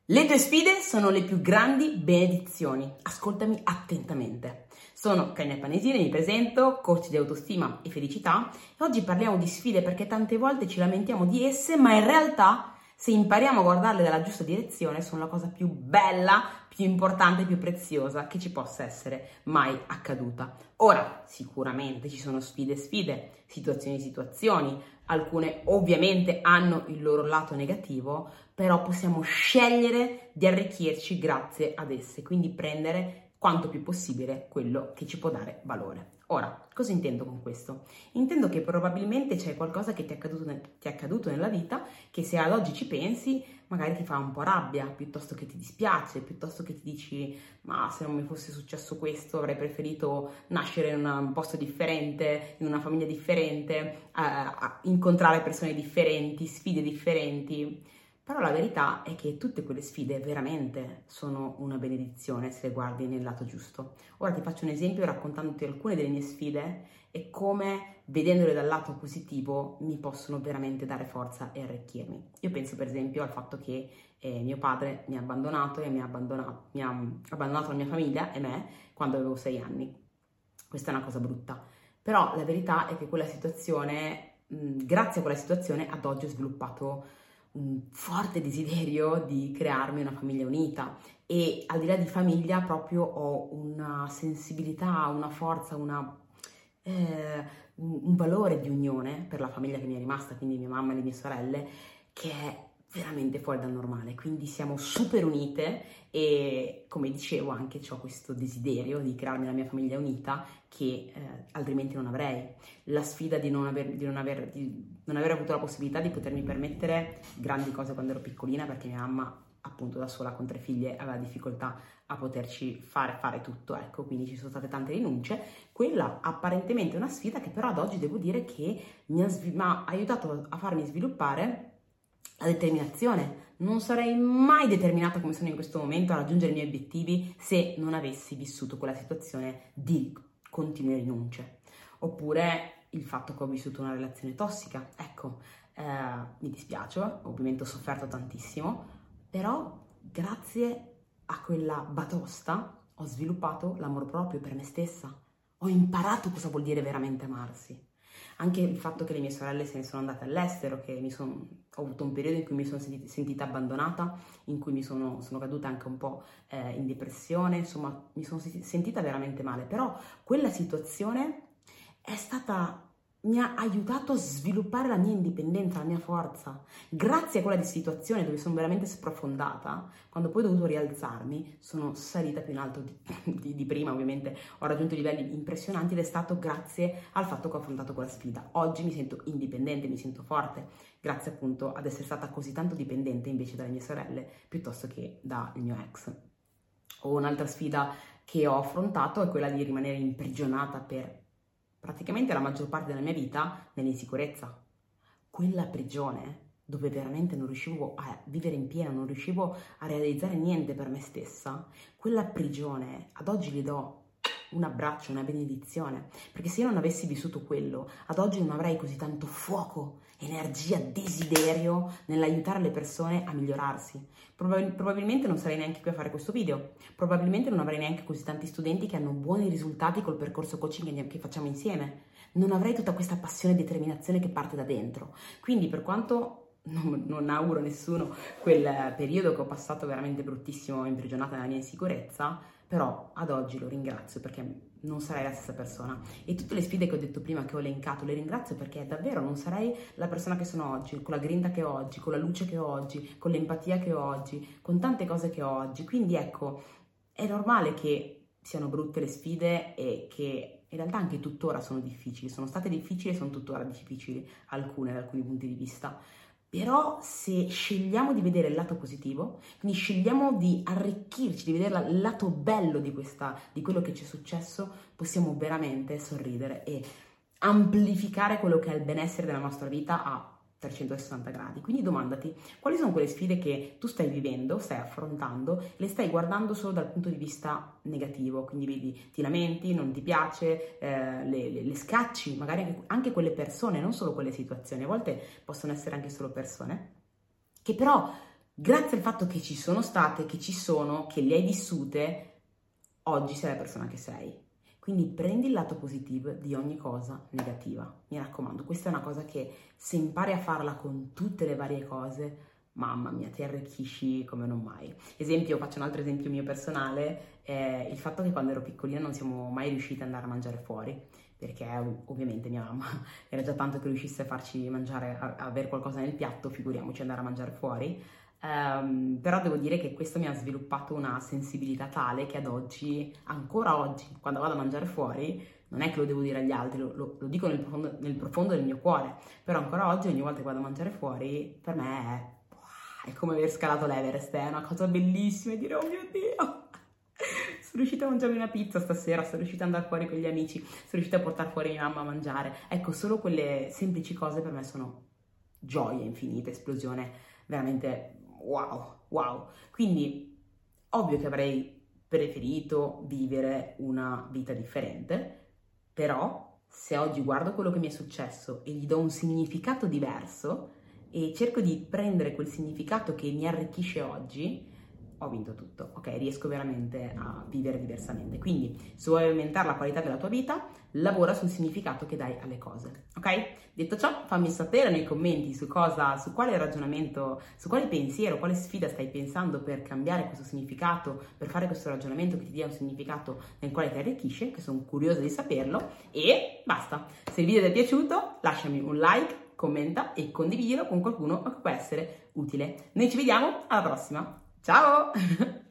Le tue sfide sono le più grandi benedizioni. Ascoltami attentamente. Sono Kania Panesini, mi presento, coach di autostima e felicità e oggi parliamo di sfide perché tante volte ci lamentiamo di esse, ma in realtà se impariamo a guardarle dalla giusta direzione sono la cosa più bella, più importante, più preziosa che ci possa essere mai accaduta. Ora, sicuramente ci sono sfide, situazioni, alcune ovviamente hanno il loro lato negativo, però possiamo scegliere di arricchirci grazie ad esse, quindi prendere quanto più possibile quello che ci può dare valore. Ora, cosa intendo con questo? Intendo che probabilmente c'è qualcosa che ti è accaduto nella vita che se ad oggi ci pensi magari ti fa un po' rabbia, piuttosto che ti dispiace, piuttosto che ti dici ma se non mi fosse successo questo avrei preferito nascere in un posto differente, in una famiglia differente, incontrare persone differenti, sfide differenti. Però la verità è che tutte quelle sfide veramente sono una benedizione se le guardi nel lato giusto. Ora ti faccio un esempio raccontandoti alcune delle mie sfide e come vedendole dal lato positivo mi possono veramente dare forza e arricchirmi. Io penso per esempio al fatto che mio padre mi ha abbandonato e mi ha abbandonato la mia famiglia e me quando avevo 6 anni. Questa è una cosa brutta. Però la verità è che quella situazione, grazie a quella situazione, ad oggi ho sviluppato un forte desiderio di crearmi una famiglia unita e al di là di famiglia proprio ho una sensibilità, una forza, un valore di unione per la famiglia che mi è rimasta, quindi mia mamma e le mie sorelle, che è veramente fuori dal normale, quindi siamo super unite e come dicevo anche ho questo desiderio di crearmi la mia famiglia unita che altrimenti non avrei. La sfida di non aver avuto la possibilità di potermi permettere grandi cose quando ero piccolina perché mia mamma appunto da sola con 3 figlie aveva difficoltà a poterci fare tutto, ecco, quindi ci sono state tante rinunce. Quella apparentemente è una sfida che però ad oggi devo dire che mi ha aiutato a farmi sviluppare la determinazione. Non sarei mai determinata come sono in questo momento a raggiungere i miei obiettivi se non avessi vissuto quella situazione di continue rinunce. Oppure il fatto che ho vissuto una relazione tossica. Ecco, mi dispiace, ovviamente ho sofferto tantissimo, però grazie a quella batosta ho sviluppato l'amor proprio per me stessa. Ho imparato cosa vuol dire veramente amarsi. Anche il fatto che le mie sorelle se ne sono andate all'estero, che ho avuto un periodo in cui mi sono sentita abbandonata, in cui sono caduta anche un po' in depressione, insomma mi sono sentita veramente male, però quella situazione mi ha aiutato a sviluppare la mia indipendenza, la mia forza. Grazie a quella situazione dove sono veramente sprofondata, quando poi ho dovuto rialzarmi, sono salita più in alto di prima, ovviamente ho raggiunto livelli impressionanti ed è stato grazie al fatto che ho affrontato quella sfida. Oggi mi sento indipendente, mi sento forte, grazie appunto ad essere stata così tanto dipendente invece dalle mie sorelle piuttosto che dal mio ex. O un'altra sfida che ho affrontato è quella di rimanere imprigionata per praticamente la maggior parte della mia vita nell'insicurezza. Quella prigione dove veramente non riuscivo a vivere in pieno, non riuscivo a realizzare niente per me stessa, quella prigione ad oggi le do un abbraccio, una benedizione, perché se io non avessi vissuto quello, ad oggi non avrei così tanto fuoco, energia, desiderio nell'aiutare le persone a migliorarsi. Probabilmente non sarei neanche qui a fare questo video, probabilmente non avrei neanche così tanti studenti che hanno buoni risultati col percorso coaching che facciamo insieme. Non avrei tutta questa passione e determinazione che parte da dentro. Quindi per quanto non auguro a nessuno quel periodo che ho passato veramente bruttissimo, imprigionata nella mia insicurezza, però ad oggi lo ringrazio perché non sarei la stessa persona. E tutte le sfide che ho detto prima, che ho elencato, le ringrazio perché davvero non sarei la persona che sono oggi, con la grinta che ho oggi, con la luce che ho oggi, con l'empatia che ho oggi, con tante cose che ho oggi. Quindi ecco, è normale che siano brutte le sfide e che in realtà anche tuttora sono difficili, sono state difficili e sono tuttora difficili alcune da alcuni punti di vista. Però se scegliamo di vedere il lato positivo, quindi scegliamo di arricchirci, di vedere il lato bello di quello che ci è successo, possiamo veramente sorridere e amplificare quello che è il benessere della nostra vita a 360 gradi. Quindi domandati quali sono quelle sfide che tu stai vivendo, stai affrontando, le stai guardando solo dal punto di vista negativo, quindi vedi, ti lamenti, non ti piace, le scacci, magari anche quelle persone, non solo quelle situazioni, a volte possono essere anche solo persone, che però grazie al fatto che ci sono state, che ci sono, che le hai vissute, oggi sei la persona che sei. Quindi prendi il lato positivo di ogni cosa negativa. Mi raccomando, questa è una cosa che se impari a farla con tutte le varie cose, mamma mia, ti arricchisci come non mai. Esempio, faccio un altro esempio mio personale, il fatto che quando ero piccolina non siamo mai riusciti ad andare a mangiare fuori, perché ovviamente mia mamma era già tanto che riuscisse a farci mangiare, a avere qualcosa nel piatto, figuriamoci andare a mangiare fuori. Però devo dire che questo mi ha sviluppato una sensibilità tale che ad oggi, ancora oggi, quando vado a mangiare fuori, non è che lo devo dire agli altri, lo dico nel profondo del mio cuore, però ancora oggi ogni volta che vado a mangiare fuori, per me è come aver scalato l'Everest, è una cosa bellissima e dire oh mio Dio! Sono riuscita a mangiarmi una pizza stasera, sono riuscita ad andare fuori con gli amici, sono riuscita a portare fuori mia mamma a mangiare. Ecco, solo quelle semplici cose per me sono gioia infinita, esplosione, veramente wow. Quindi, ovvio che avrei preferito vivere una vita differente, però se oggi guardo quello che mi è successo e gli do un significato diverso e cerco di prendere quel significato che mi arricchisce oggi, ho vinto tutto, ok? Riesco veramente a vivere diversamente. Quindi, se vuoi aumentare la qualità della tua vita, lavora sul significato che dai alle cose, ok? Detto ciò, fammi sapere nei commenti su quale ragionamento, su quale pensiero, quale sfida stai pensando per cambiare questo significato, per fare questo ragionamento che ti dia un significato nel quale ti arricchisce, che sono curiosa di saperlo, e basta. Se il video ti è piaciuto, lasciami un like, commenta e condividilo con qualcuno che può essere utile. Noi ci vediamo alla prossima! Ciao!